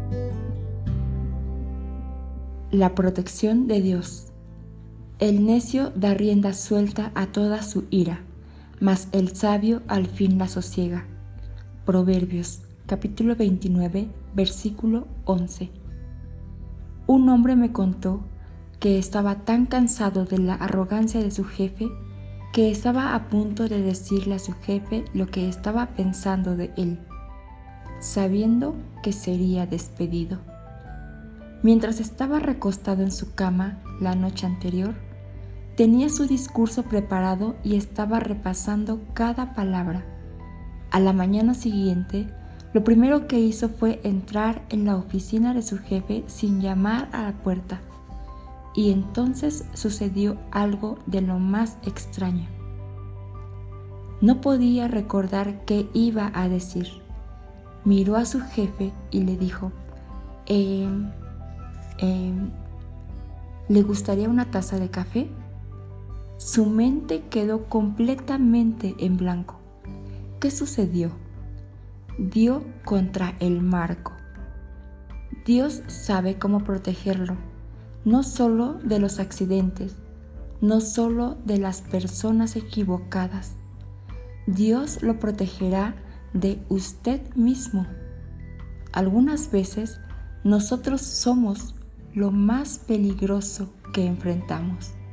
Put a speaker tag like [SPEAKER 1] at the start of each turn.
[SPEAKER 1] La protección de Dios. El necio da rienda suelta a toda su ira, mas el sabio al fin la sosiega. Proverbios, capítulo 29, versículo 11. Un hombre me contó que estaba tan cansado de la arrogancia de su jefe que estaba a punto de decirle a su jefe lo que estaba pensando de él, sabiendo que sería despedido. Mientras estaba recostado en su cama la noche anterior, tenía su discurso preparado y estaba repasando cada palabra. A la mañana siguiente, lo primero que hizo fue entrar en la oficina de su jefe sin llamar a la puerta. Y entonces sucedió algo de lo más extraño. No podía recordar qué iba a decir. Miró a su jefe y le dijo, ¿le gustaría una taza de café? Su mente quedó completamente en blanco. ¿Qué sucedió? Dio contra el marco. Dios sabe cómo protegerlo, no solo de los accidentes, no solo de las personas equivocadas. Dios lo protegerá de usted mismo. Algunas veces nosotros somos lo más peligroso que enfrentamos.